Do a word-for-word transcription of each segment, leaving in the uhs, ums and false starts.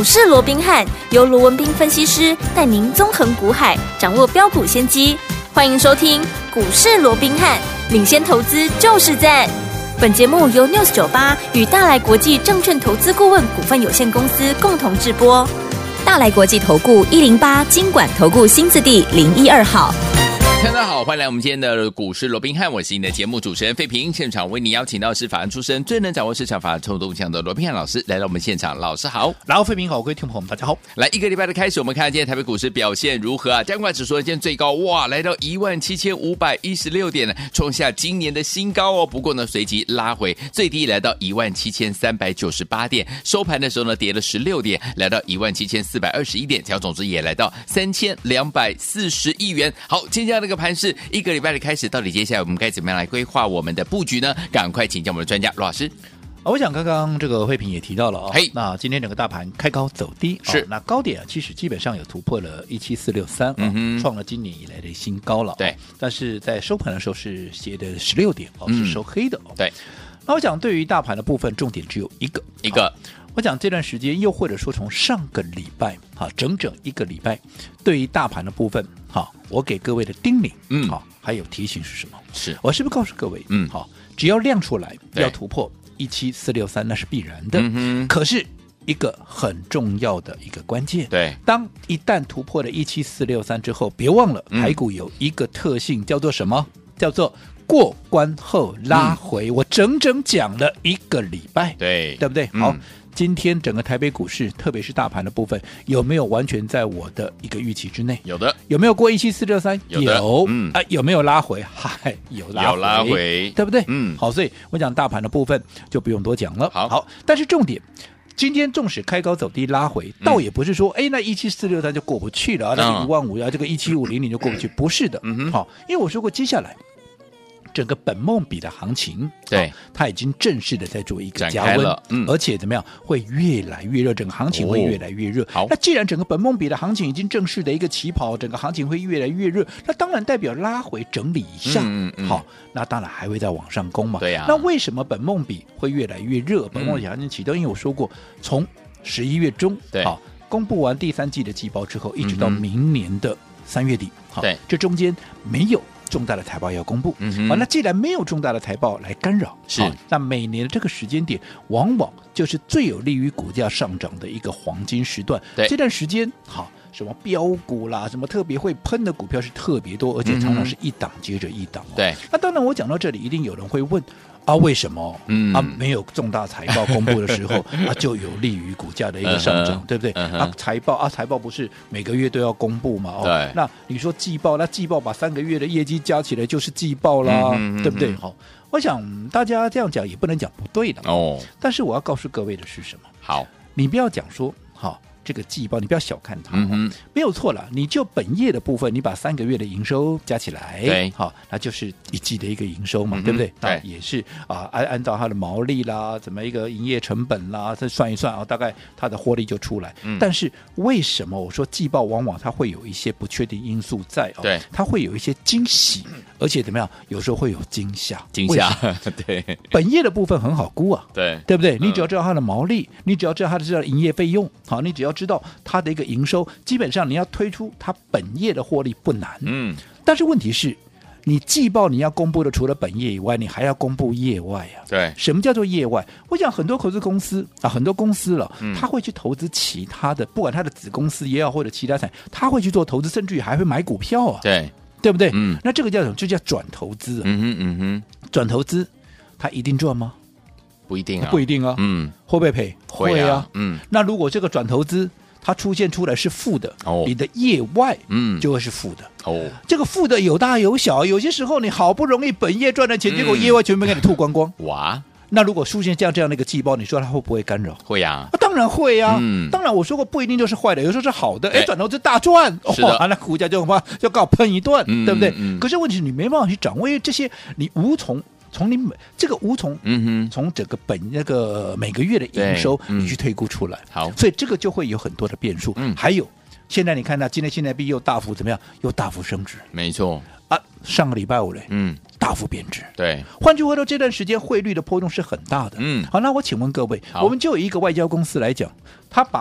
股市罗宾汉由罗文彬分析师带您纵横股海，掌握标股先机。欢迎收听股市罗宾汉，领先投资就是赞。本节目由 News 九十八与大来国际证券投资顾问股份有限公司共同制播。大来国际投顾一零八金管投顾新字第零一二号。 大家好，欢迎来我们今天的股市罗宾汉，我是你的节目主持人费平。现场为你邀请到是法案出身、最能掌握市场法案冲动向的罗宾汉老师来到我们现场。老师好。 然后费平好，各位听众朋友们大家好。 来一个礼拜的开始，我们看看今天台北股市表现如何啊？加权指数今天最高哇，来到一万七千五百一十六点，创下今年的新高哦。不过呢，随即拉回，最低来到一万七千三百九十八点，收盘的时候呢，跌了十六点，来到一万七千四百二十一点，调总值也来到三千两百四十亿元。好，今天这个盘势一个礼拜的开始，到底接下来我们该怎么样来规划我们的布局呢？赶快请教我们的专家罗老师。 我想刚刚这个慧萍也提到了啊、哦嘿， 那今天整个大盘开高走低， 是、 哦、那高点啊，其实基本上有突破了一七四六三，创了今年以来的新高了、哦。 对， 但是在收盘的时候是跌的十六点哦，是收黑的哦。 对， 那我想对于大盘的部分，重点只有一个， 一个。 哦我讲这段时间，又或者说从上个礼拜，哈，整整一个礼拜，对于大盘的部分，哈，我给各位的叮咛， 嗯， 好，还有提醒是什么？ 是我是不是告诉各位， 嗯， 好，只要亮出来要突破一七四六三，那是必然的。 嗯哼， 可是一个很重要的一个关键， 对， 当一旦突破了一七四六三之后，别忘了台股有一个特性，叫做什么？叫做过关后拉回。嗯、我整整讲了一个礼拜， 对， 对不对？好。 嗯， 今天整个台北股市，特别是大盘的部分，有没有完全在我的一个预期之内？ 有的。 有没有过一七四六三？ 有的。 有。 嗯啊，有没有拉回？嗨，有拉回， 有拉回， 对不对？ 嗯。 好，所以我讲大盘的部分就不用多讲了。 好， 好，但是重点，今天纵使开高走低拉回，倒也不是说，哎、嗯，那一七四六三就过不去了，那一万五啊，这个一七五零零就过不去，不是的。 嗯哼。 好，因为我说过，接下来。整个本梦比的行情， 对、 哦，它已经正式的在做一个加温， 嗯， 而且怎么样，会越来越热，整个行情会越来越热。 哦、好， 那既然整个本梦比的行情已经正式的一个起跑，整个行情会越来越热，那当然代表拉回整理一下， 嗯嗯、 好，那当然还会再往上攻嘛。 对呀、啊。 那为什么本梦比会越来越热？本梦比行情启动，因为我说过，从十一月中， 对， 好，公布完第三季的季报之后，一直到明年的三月底，好， 对， 这中间没有重大的财报要公布， 嗯、 好，那既然没有重大的财报来干扰， 是， 那每年的这个时间点，往往就是最有利于股价上涨的一个黄金时段。 对， 这段时间，好，什么标股啦，什么特别会喷的股票是特别多，而且常常是一档接着一档、哦。 对， 那当然，我讲到这里，一定有人会问。啊，为什么？嗯啊，没有重大财报公布的时候啊，就有利于股价的一个上涨， uh-huh, 对不对？ uh-huh. 啊，财报啊，财报不是每个月都要公布嘛？哦， 对。 那你说季报，那季报把三个月的业绩加起来就是季报啦，嗯、对不对？好、哦，我想大家这样讲也不能讲不对的哦。但是我要告诉各位的是什么？ 好， 你不要讲说好。这个季报你不要小看它、 嗯哦，没有错了。你就本业的部分，你把三个月的营收加起来， 对， 好，那就是一季的一个营收嘛， 嗯、 对不对？ 对， 也是啊，按按照它的毛利啦，怎么一个营业成本啦，再算一算啊，大概它的获利就出来。 嗯、 但是为什么我说季报往往它会有一些不确定因素在哦？ 对， 它会有一些惊喜，而且怎么样？有时候会有惊吓， 惊吓，对。 本业的部分很好估啊， 对， 对不对？你只要知道它的毛利，嗯、你只要知道它的这个营业费用，好，你只要知道它的一个营收，基本上你要推出它本业的获利不难。 嗯， 但是问题是，你季报你要公布的除了本业以外，你还要公布业外啊。 对， 什么叫做业外？我讲很多投资公司啊，很多公司了， 嗯、 他会去投资其他的，不管他的子公司也好，或者其他产，他会去做投资，甚至于还会买股票啊。 对， 对不对？ 嗯， 那这个叫什么？就叫转投资、啊。 嗯哼嗯哼， 转投资，他一定赚吗？ 不一定啊， 不一定啊。 嗯， 会不会赔？ 会啊。 会啊嗯， 那如果这个转投资它出现出来是负的， 哦， 你的业外嗯就会是负的。 哦， 这个负的有大有小，有些时候你好不容易本业赚的钱， 嗯、 结果业外全部给你吐光光。 哇！ 那如果出现这样这样的一个季报，你说它会不会干扰？ 会呀、啊啊，当然会啊。 嗯， 当然我说过不一定就是坏的，有时候是好的。哎，转投资大赚， 是的， 哦、那股价就怕就告喷一顿， 嗯、 对不对、 嗯？ 可是问题是你没办法去掌握，因为这些你无从。从你这个无从， 嗯哼， 从整个本那个每个月的营收，你去推估出来， 好， 所以这个就会有很多的变数。 嗯， 还有现在你看到今天新台币又大幅怎么样？又大幅升值， 没错啊，上个礼拜五嘞， 嗯， 大幅贬值。 对， 换句话说，这段时间汇率的波动是很大的。 嗯， 好，那我请问各位，我们就有一个外交公司来讲，他把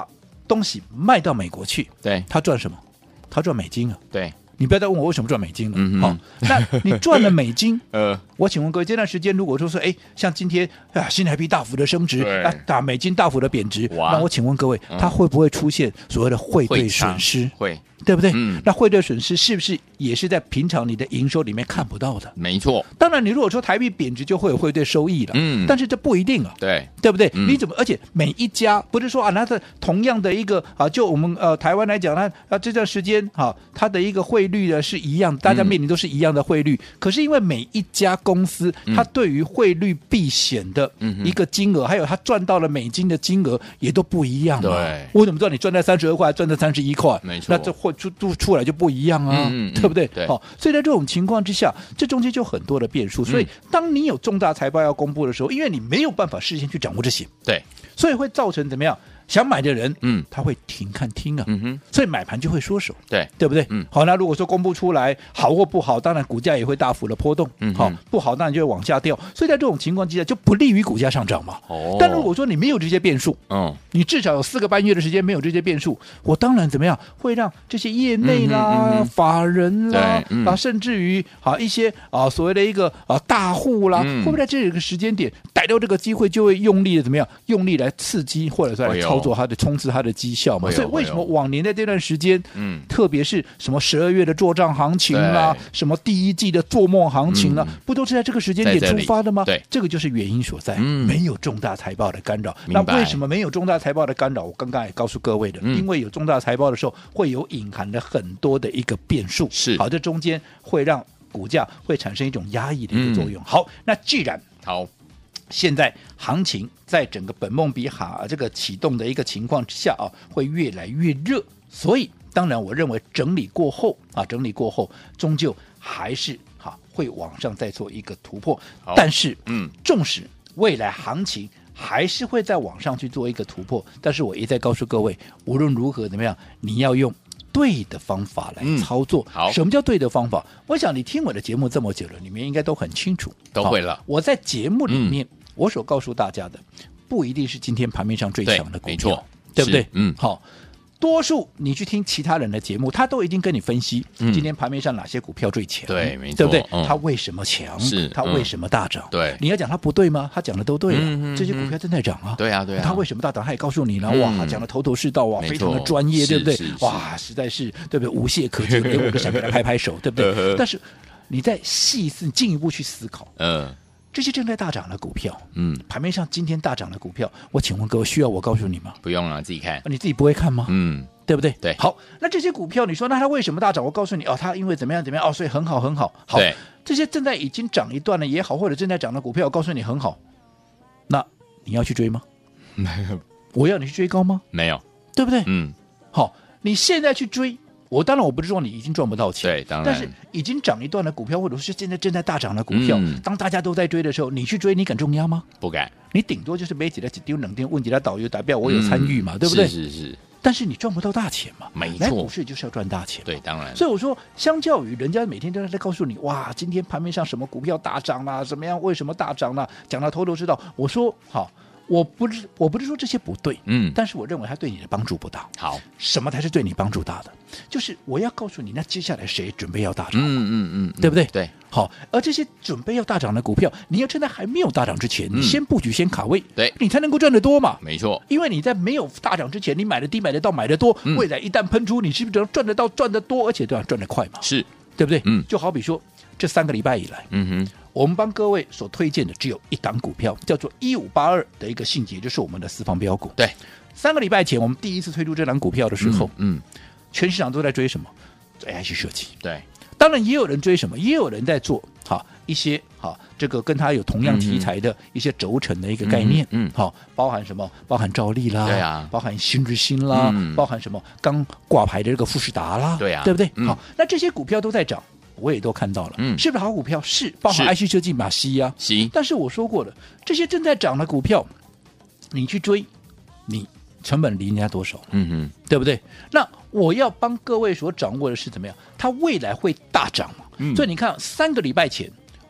东西卖到美国去， 对， 他赚什么？他赚美金啊。 对， 你不要再问我为什么赚美金了。 嗯好、那你赚了美金， 呃， 我请问各位，这段时间如果说是哎，像今天啊，新台币大幅的升值， 对啊，打美金大幅的贬值， 哇那我请问各位， 嗯它会不会出现所谓的汇兑会差损失？ 会， 对不对？ 嗯那汇兑损失是不是也是在平常你的营收里面看不到的？ 没错， 当然，你如果说台币贬值，就会有汇兑收益了， 嗯但是这不一定啊。 对， 对不对？ 嗯你怎么？而且每一家不是说啊，那它同样的一个啊，就我们呃台湾来讲，那啊这段时间哈、啊，它的一个汇率呢是一样，大家面临都是一样的汇率。嗯、可是因为每一家公司，它对于汇率避险的一个金额，嗯、还有它赚到了美金的金额也都不一样嘛。 对， 我怎么知道你赚在三十二块，赚在三十一块？ 没错， 那这汇出出出来就不一样啊， 嗯嗯、 对不对？ 对。 好、哦，所以在这种情况之下，这中间就很多的变数。所以当你有重大财报要公布的时候，因为你没有办法事先去掌握这些。 对， 所以会造成怎么样？想买的人， 嗯， 他会停看听啊， 嗯哼， 所以买盘就会缩手， 对， 对不对？ 嗯， 好，那如果说公布出来好或不好，当然股价也会大幅的波动， 嗯， 好，不好当然就会往下掉，所以在这种情况之下就不利于股价上涨嘛。 哦， 但如果说你没有这些变数， 嗯， 你至少有四个半月的时间没有这些变数，我当然怎么样会让这些业内啦、 嗯嗯嗯、 法人啦、 嗯、 啊，甚至于啊一些啊所谓的一个啊大户啦， 嗯、 会不会在这个时间点逮到这个机会，就会用力的怎么样？用力来刺激或者是来操作它的冲刺它的绩效嘛？所以为什么往年在这段时间，嗯，特别是什么十二月的做账行情啦，什么第一季的做梦行情啦，嗯、不都是在这个时间点出发的吗？ 对， 这个就是原因所在， 嗯、 没有重大财报的干扰。那为什么没有重大财报的干扰？我刚刚也告诉各位的，嗯、因为有重大财报的时候，会有隐含了很多的一个变数， 是好，这中间会让股价会产生一种压抑的一个作用。嗯、好，那既然好。 现在行情在整个本梦比哈这个启动的一个情况之下啊，会越来越热，所以当然我认为整理过后啊，整理过后终究还是哈会往上再做一个突破，但是嗯，纵使未来行情还是会在往上去做一个突破，但是我一再告诉各位，无论如何怎么样，你要用对的方法来操作。 嗯、好， 什么叫对的方法？我想你听我的节目这么久了，你们应该都很清楚， 都会了。 我在节目里面。嗯我所告诉大家的，不一定是今天盘面上最强的股票， 没错， 对不对？ 嗯， 好，多数你去听其他人的节目，他都已经跟你分析、嗯、今天盘面上哪些股票最强， 对，没错， 对不对？ 嗯、 它为什么强？ 是它为什么大涨？ 对， 你要讲它不对吗？他讲的都对了， 嗯、 这些股票正在涨啊， 对啊，对啊， 它为什么大涨？他也告诉你了， 嗯、 哇，讲的头头是道啊，非常的专业，对不对？哇，实在是对不对？无懈可击，给我都想给他拍拍手，对不对？但是你再细思进一步去思考，嗯。这些正在大涨的股票，嗯，盘面上今天大涨的股票，我请问各位，需要我告诉你吗？ 不用了，自己看。 你自己不会看吗？ 嗯， 对不对？ 对。 好，那这些股票，你说那它为什么大涨？我告诉你哦，它因为怎么样怎么样哦，所以很好很好。好， 对。 这些正在已经涨一段了也好，或者正在涨的股票，我告诉你很好，那你要去追吗？我要你去追高吗？ 没有， 对不对？ 嗯。 好，你现在去追。我当然我不是说你已经赚不到钱， 对，当然， 但是已经涨一段的股票，或者是现在正在大涨的股票，嗯、当大家都在追的时候，你去追，你敢重压吗？ 不敢， 你顶多就是没几来几丢冷丢，问几来导游代表我有参与嘛，嗯、对不对？ 是是是。 但是你赚不到大钱嘛， 没错， 来股市就是要赚大钱， 对，当然。 所以我说，相较于人家每天都在告诉你，哇，今天盘面上什么股票大涨啦，怎么样，为什么大涨啦，讲到头头是道，我说好。我不是我不是说这些不对，嗯，但是我认为它对你的帮助不大。 好， 什么才是对你帮助大的？就是我要告诉你，那接下来谁准备要大涨？ 嗯嗯嗯， 对不对？ 对。 好，而这些准备要大涨的股票，你要趁在还没有大涨之前，嗯、你先布局，先卡位， 对， 你才能够赚得多嘛。 没错， 因为你在没有大涨之前，你买的低，买得到，买得多，嗯、未来一旦喷出，你是不是能赚得到、赚得多，而且对吧，赚得快嘛？ 是， 对不对？ 嗯， 就好比说这三个礼拜以来，嗯哼。我们帮各位所推荐的只有一档股票，叫做一五八二的一个信捷，就是我们的私房标股。 对， 三个礼拜前我们第一次推出这档股票的时候， 嗯，嗯全市场都在追什么？追 I C 设计。 对， 当然也有人追什么，也有人在做好一些好这个跟它有同样题材的一些轴承的一个概念，嗯，好，包含什么？包含兆利啦， 对啊， 包含新日新啦，嗯、包含什么刚挂牌的这个富士达啦， 对啊， 对不对？ 嗯、 好，那这些股票都在涨。我也都看到了，嗯，是不是好股票？是，包含 I C 设计、马西啊， 是。 但是我说过了，这些正在涨的股票，你去追，你成本离人家多少？嗯哼，对不对？那我要帮各位所掌握的是怎么样？它未来会大涨嘛？嗯、所以你看，三个礼拜前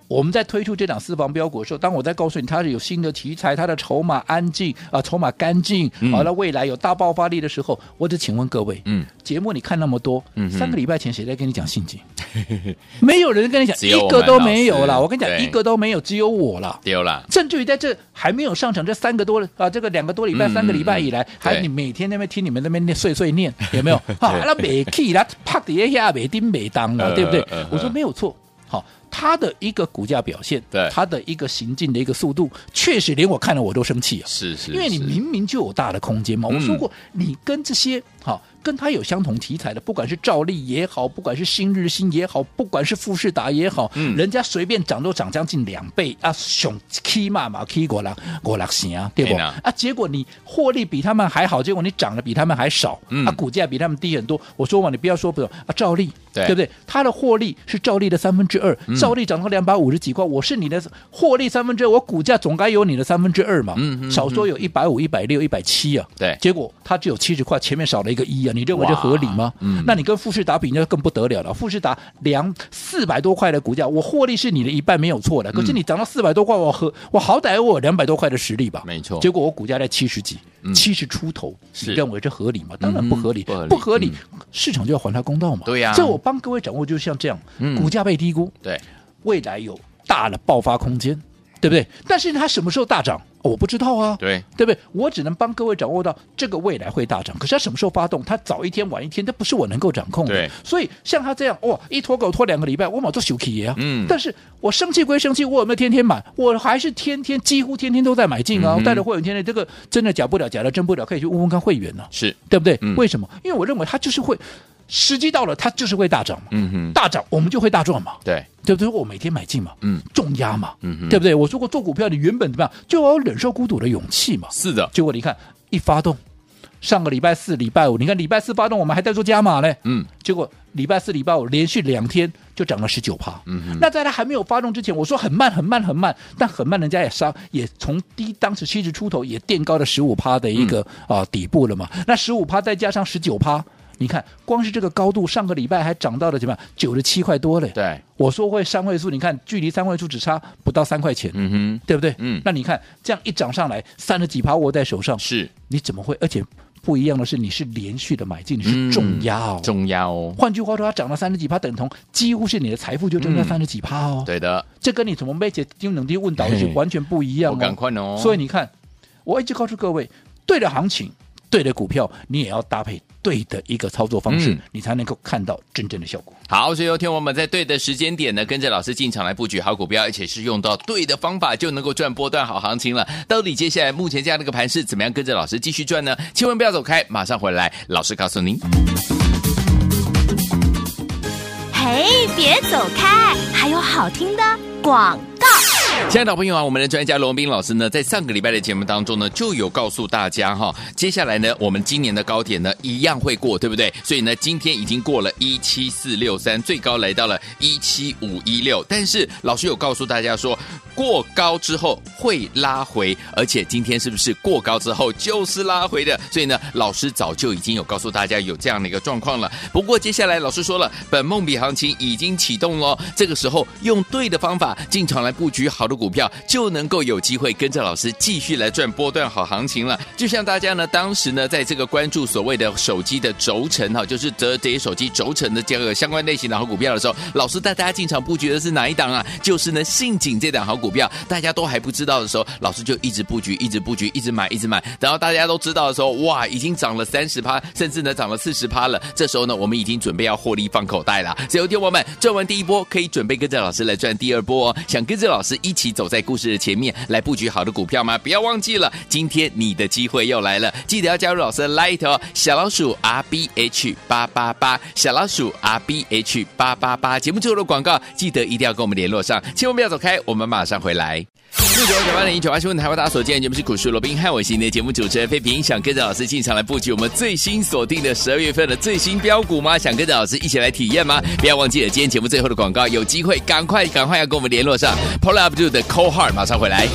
我们在推出这档私房标股的时候，当我在告诉你它是有新的题材，它的筹码安静啊，筹码干净， 嗯、 好了，未来有大爆发力的时候，我只请问各位，嗯，节目你看那么多，嗯、三个礼拜前谁在跟你讲信景？没有人跟你讲，一个都没有啦。我跟你讲，一个都没有，只有我啦。 丢啦。 甚至于在这还没有上场这三个多啊，这个两个多礼拜、嗯、三个礼拜以来，嗯、还你每天那边听你们那边碎碎念，有没有？啊，那没气啦，啪底下没叮没当了，对不对？呃呃、我说没有错，好。它的一个股价表现，对它的一个行进的一个速度，确实连我看了我都生气啊！ 是是， 因为你明明就有大的空间嘛。嗯、我说过，你跟这些好跟它有相同题材的，不管是兆利也好，不管是新日新也好，不管是富士达也好，嗯、人家随便涨都涨将近两倍啊，熊 K 嘛嘛 K 过来过来行啊，对不？啊，结果你获利比他们还好，结果你涨得比他们还少，嗯、啊，股价比他们低很多。我说嘛，你不要说不啊，兆利。对, 对不对？它的获利是兆利的三分之二，嗯、兆利涨到两百五十几块，我是你的获利三分之二，我股价总该有你的三分之二嘛。嗯嗯、少说有一百五、一百六、一百七啊。对，结果它只有七十块，前面少了一个一啊，你认为这合理吗？嗯、那你跟富士达比，那更不得了了。富士达两四百多块的股价，我获利是你的一半没有错的，可是你涨到四百多块，我和我好歹我有两百多块的实力吧？没错。结果我股价在七十几。七十出头，你认为这合理吗？当然不合理，嗯、不合理，嗯、市场就要还他公道嘛。对呀、啊，这我帮各位掌握就是像这样，嗯、股价被低估，对，未来有大的爆发空间，对不对？但是它什么时候大涨？哦、我不知道啊，对对不对？我只能帮各位掌握到这个未来会大涨，可是它什么时候发动？它早一天晚一天，这不是我能够掌控的。对，所以像它这样，哇，一拖狗拖两个礼拜，我马上生气啊。嗯，但是我生气归生气，我有没有天天买？我还是天天几乎天天都在买进啊。嗯、带着会员天天这个真的假不了，假的真不了，可以去问问看会员呢、啊，是对不对？嗯、为什么？因为我认为它就是会。时机到了，它就是会大涨嘛，嗯哼，大涨我们就会大赚嘛，对，对不对？我每天买进嘛，嗯，重压嘛，嗯哼，对不对？我说过做股票，你原本怎么样，就要有忍受孤独的勇气嘛，是的。结果你看一发动，上个礼拜四、礼拜五，你看礼拜四发动，我们还在做加码呢，嗯，结果礼拜四、礼拜五连续两天就涨了十九趴，嗯哼。那在它还没有发动之前，我说很慢、很慢、很慢，但很慢，人家也杀，也从低当时七十出头，也垫高了十五趴的一个、嗯、啊底部了嘛。那十五趴再加上十九趴。你看，光是这个高度，上个礼拜还涨到了怎么样？九十七块多嘞。对，我说会三位数，你看距离三位数只差不到三块钱，嗯哼，对不对？嗯，那你看这样一涨上来，三十几趴握在手上，是你怎么会？而且不一样的是，你是连续的买进，你是重压哦，嗯、重压哦。换句话说，它涨了三十几趴，等同几乎是你的财富就增加三十几趴哦。对的，这跟你怎么每节丢能力问导是完全不一样哦。赶快哦！所以你看，我一直告诉各位，对的行情。对的股票，你也要搭配对的一个操作方式，嗯、你才能够看到真正的效果。 好，所以有天我们在对的时间点呢，跟着老师进场来布局好股票，而且是用到对的方法，就能够赚波段好行情了。到底接下来目前这样的一个盘势，怎么样跟着老师继续赚呢？千万不要走开，马上回来，老师告诉您。 嘿，别走开，还有好听的广告。 亲爱的朋友啊，我们的专家罗文彬老师呢，在上个礼拜的节目当中呢，就有告诉大家哈，接下来呢，我们今年的高点呢一样会过，对不对？所以呢，今天已经过了一七四六三，最高来到了一七五一六，但是老师有告诉大家说，过高之后会拉回，而且今天是不是过高之后就是拉回的？所以呢，老师早就已经有告诉大家有这样的一个状况了。不过接下来老师说了，本梦比行情已经启动了，这个时候用对的方法进场来布局好的股票，就能够有机会跟着老师继续来赚波段好行情了。就像大家呢，当时呢，在这个关注所谓的手机的轴承哈，就是折叠手机轴承的这个相关类型的好股票的时候，老师带大家进场布局的是哪一档啊？就是呢，信景这档好股票，大家都还不知道的时候，老师就一直布局，一直布局，一直买，一直买。等到大家都知道的时候，哇，已经涨了三十趴，甚至呢涨了四十趴了。这时候呢，我们已经准备要获利放口袋了。所以，有听我们赚完第一波，可以准备跟着老师来赚第二波哦。想跟着老师一起走在故事的前面来布局好的股票吗？不要忘记了，今天你的机会又来了，记得要加入老师的 Light 哦，小老鼠 R B H 八八八，小老鼠 R B H 八八八。节目最后的广告，记得一定要跟我们联络上，千万不要走开，我们马上回来。六九九八零一九八新闻台湾大家所见，节目是股市罗宾汉，我是你的节目主持人费平。想跟着老师进场来布局我们最新锁定的十二月份的最新标股吗？想跟着老师一起来体验吗？不要忘记了，今天节目最后的广告，有机会赶快赶快要跟我们联络上。Pull Up Do 的 Cold Heart 马上回来。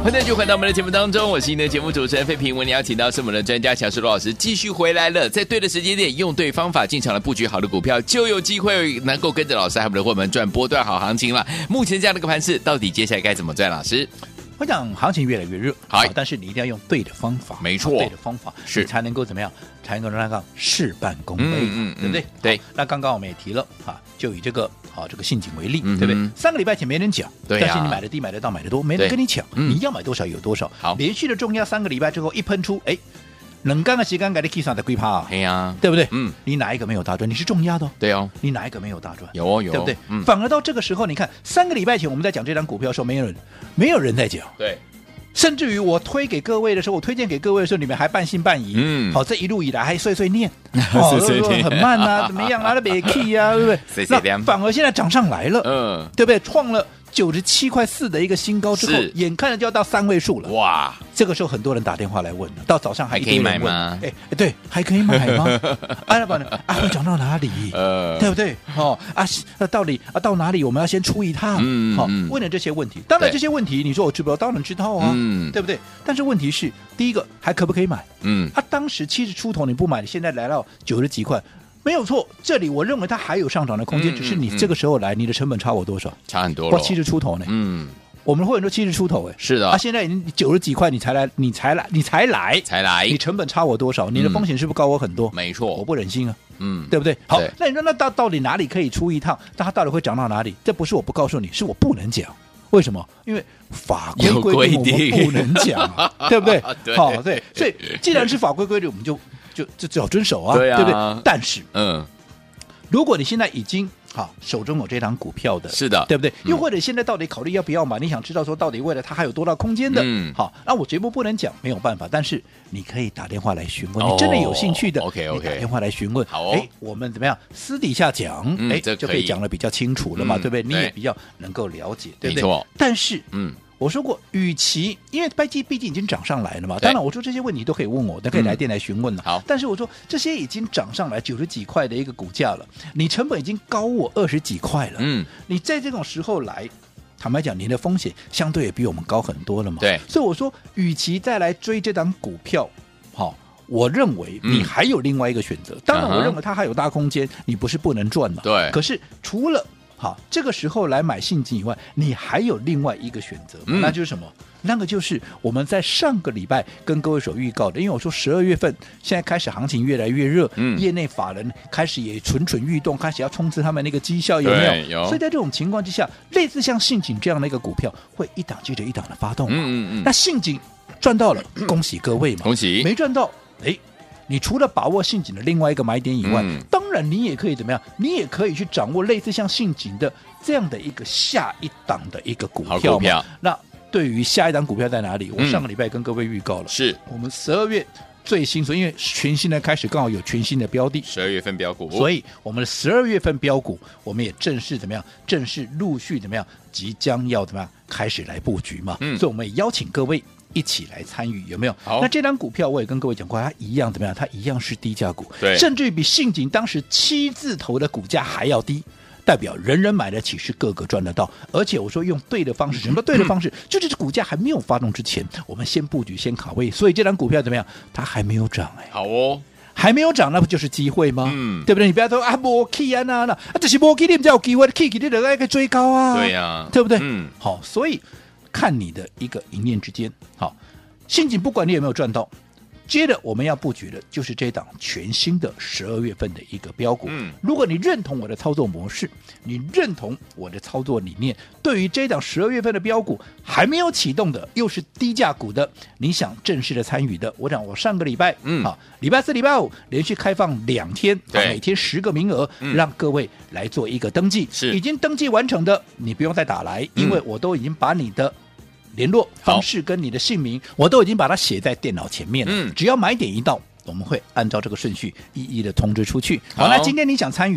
欢迎继续回到我们的节目当中，我是您的节目主持人费平。为您邀请到是我们的专家强势罗老师，继续回来了。在对的时间点，用对方法进场来布局好的股票，就有机会能够跟着老师还有我们的伙伴赚波段好行情了。目前这样的一个盘势，到底接下来该怎么赚？老师， 我讲行情越来越热， 好， 但是你一定要用对的方法， 没错， 对的方法是你才能够怎么样，才能够让它事半功倍， 嗯嗯嗯对不对？ 对。 那刚刚我们也提了啊，就以这个好这个信锦为例， 嗯、 对不对？三个礼拜前没人讲， 对、啊， 但是你买的低、买得到、买得多，没人跟你抢， 嗯、 你要买多少有多少。 好， 连续的重压三个礼拜之后一喷出，哎。冷干的时间，改的 K 上的龟趴啊， 对呀， 对不对？ 嗯， 你哪一个没有大赚？你是重压的、哦， 对哦， 你哪一个没有大赚？ 有哦有， 对不对？ 嗯， 反而到这个时候，你看三个礼拜前我们在讲这张股票的时候，没有人，没有人在讲， 对。 甚至于我推给各位的时候，我推荐给各位的时候，你们还半信半疑。 嗯， 好，这一路以来还碎碎念，哦，碎碎念很慢啊，怎么样啊，那别 key 啊，对不对？ 碎碎念。 反而现在涨上来了， 嗯， 对不对？创了九十七块四的一个新高之后，眼看着就要到三位数了。 哇！ 这个时候很多人打电话来问了，到早上还可以买吗？ 哎，对，还可以买吗？啊，老板啊，会涨到哪里？ 呃， 对不对？哦啊，到底啊到哪里？我们要先出一趟。 嗯， 好，问了这些问题，当然这些问题，你说我知不知道？当然知道啊， 嗯， 对不对？但是问题是，第一个还可不可以买？ 嗯， 啊，当时七十出头你不买，你现在来到九十几块。没有错，这里我认为它还有上涨的空间，嗯、只是你这个时候来，你的成本差我多少？ 差很多了， 哇，七十出头呢。 嗯， 我们会员都七十出头哎， 是的啊，现在已经九十几块，你才来，你才来，你才来， 才来， 你成本差我多少？你的风险是不是高我很多？ 没错， 我不忍心啊， 嗯， 对不对？好， 对那你说那到到底哪里可以出一趟？那它到底会涨到哪里？这不是我不告诉你，是我不能讲。为什么？因为法规规定我们不能讲、啊，对不对？好、哦，对，所以既然是法规规定，我们就就就只好遵守啊， 对啊， 对不对？但是， 嗯。 如果你现在已经好手中有这档股票的， 是的， 对不对？ 嗯、 又或者现在到底考虑要不要买？你想知道说到底未来它还有多大空间的？ 嗯， 好，那我节目不能讲，没有办法，但是你可以打电话来询问，哦、你真的有兴趣的 ，OK OK， 打电话来询问， 好、哦， 哎，我们怎么样私底下讲，哎、嗯，就可以讲得比较清楚了嘛，嗯、对不对？你也比较能够了解，对不对？ 没错， 但是， 嗯。 我说过，与其因为毕竟毕竟已经涨上来了嘛，当然我说这些问题都可以问我，都可以来电来询问了。 好、嗯， 但是我说这些已经涨上来九十几块的一个股价了，你成本已经高我二十几块了， 嗯， 你在这种时候来，坦白讲，你的风险相对也比我们高很多了嘛。 对， 所以我说，与其再来追这档股票，好、哦。我认为你还有另外一个选择，嗯、当然我认为它还有大空间，你不是不能赚嘛。 对， 可是除了好这个时候来买信锦以外，你还有另外一个选择，嗯、那就是什么？那个就是我们在上个礼拜跟各位所预告的，因为我说十二月份现在开始行情越来越热，嗯、业内法人开始也蠢蠢欲动，开始要冲刺他们那个绩效，有没有？ 有。 所以在这种情况之下，类似像信锦这样的一个股票，会一档接着一档的发动。 嗯嗯嗯。 那信锦赚到了，恭喜各位嘛！ 恭喜。 没赚到，哎。你除了把握信锦的另外一个买点以外，嗯、当然你也可以怎么样？你也可以去掌握类似像信锦的这样的一个下一档的一个股票嘛。 好股票。 那对于下一档股票在哪里？我上个礼拜跟各位预告了， 是、嗯、 我们十二月最新，所以因为全新的开始刚好有全新的标的， 十二月份标股， 所以我们的十二月份标股，我们也正式怎么样？正式陆续怎么样？即将要怎么样开始来布局嘛？嗯、所以我们也邀请各位一起来参与，有没有？那这张股票我也跟各位讲过，它一样怎么样？它一样是低价股， 对， 甚至于比信锦当时七字头的股价还要低。代表人人买得起，是个个赚得到，而且我说用对的方式，什么对的方式？就是这股价还没有发动之前，我们先布局，先卡位。所以这张股票怎么样？它还没有涨哎， 好哦， 还没有涨，那不就是机会吗？ 嗯， 对不对？你不要说啊，没 key 啊那那，啊，这是没 key， 你们才有机会 ，key 你得来个追高啊， 对呀、啊， 对不对？ 嗯， 好，所以看你的一个一念之间，好，信锦不管你有没有赚到。接着我们要布局的就是这档全新的十二月份的一个标股。 嗯， 如果你认同我的操作模式，你认同我的操作理念，对于这档十二月份的标股还没有启动的，又是低价股的，你想正式的参与的，我讲我上个礼拜， 嗯， 好，礼拜四、礼拜五连续开放两天， 对， 每天十个名额， 嗯、 让各位来做一个登记。 是， 已经登记完成的，你不用再打来，因为我都已经把你的联络方式跟你的姓名，我都已经把它写在电脑前面了。嗯，只要买点一到，我们会按照这个顺序一一的通知出去。好，好，那今天你想参与的，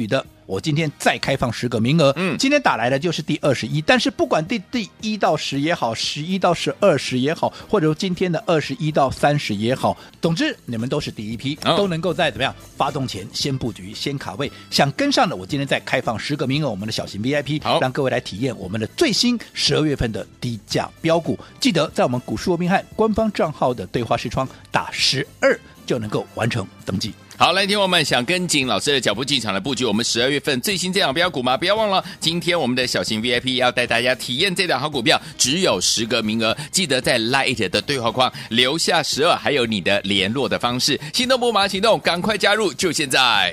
我今天再开放十个名额， 嗯， 今天打来的就是第二十一，但是不管第第一到十也好，十一到十二十也好，或者今天的二十一到三十也好，总之你们都是第一批， 哦、 都能够在怎么样发动前先布局、先卡位。想跟上的，我今天再开放十个名额，我们的小型 V I P， 让各位来体验我们的最新十二月份的低价标股。记得在我们股市罗宾汉官方账号的对话视窗打十二就能够完成登记。 好，来听我们想跟紧老师的脚步进场的布局，我们十二月份最新这档标股吗？不要忘了，今天我们的小型 V I P 要带大家体验这档好股票，只有十个名额，记得在 Lite 的对话框留下十二，还有你的联络的方式。心动不马上行动，赶快加入，就现在！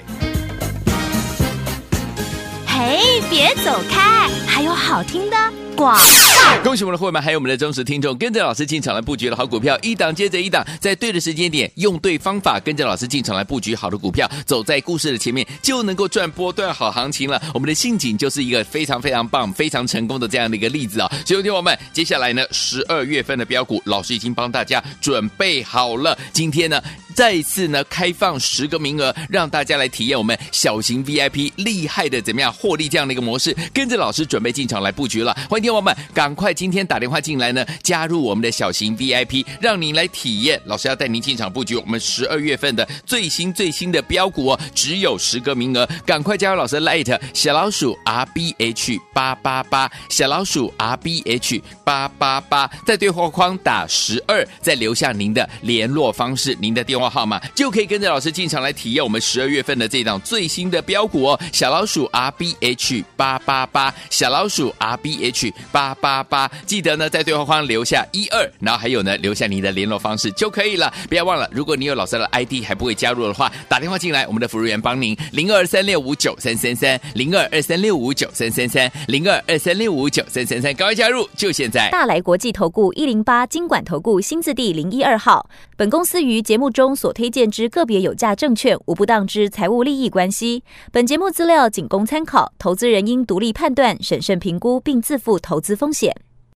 嘿，别走开，还有好听的广告。 恭喜我们的会员，还有我们的忠实听众，跟着老师进场来布局的好股票，一档接着一档，在对的时间点，用对方法，跟着老师进场来布局好的股票，走在故事的前面，就能够赚波段好行情了。我们的信景就是一个非常非常棒、非常成功的这样的一个例子啊、哦！所以，听我们接下来呢，十二月份的标股，老师已经帮大家准备好了。今天呢，再一次呢开放十个名额，让大家来体验我们小型 V I P 厉害的怎么样获利这样的一个模式，跟着老师准备进场来布局了。欢迎听我们赶快今天打电话进来呢，加入我们的小型 V I P， 让您来体验老师要带您进场布局我们十二月份的最新最新的标股哦，只有十个名额，赶快加入老师的 Lite 小老鼠 R B H 八八八 小老鼠 R B H 八八八，在对话框打十二，再留下您的联络方式、您的电话号码，就可以跟着老师进场来体验我们十二月份的这档最新的标股哦，小老鼠 R B H 八八八 小老鼠 R B H 八八八，记得呢在对话框留下一二，然后还有呢留下你的联络方式就可以了。不要忘了，如果你有老师的 I D 还不会加入的话，打电话进来，我们的服务员帮您零二三六五九三三三零二二三六五九三三三零二二三六五九三三三，赶快加入，就现在！ 大来国际投顾一零八金管投顾新字第零一二号，本公司于节目中所推荐之个别有价证券无不当之财务利益关系，本节目资料仅供参考，投资人应独立判断、审慎评估并自负投资风险。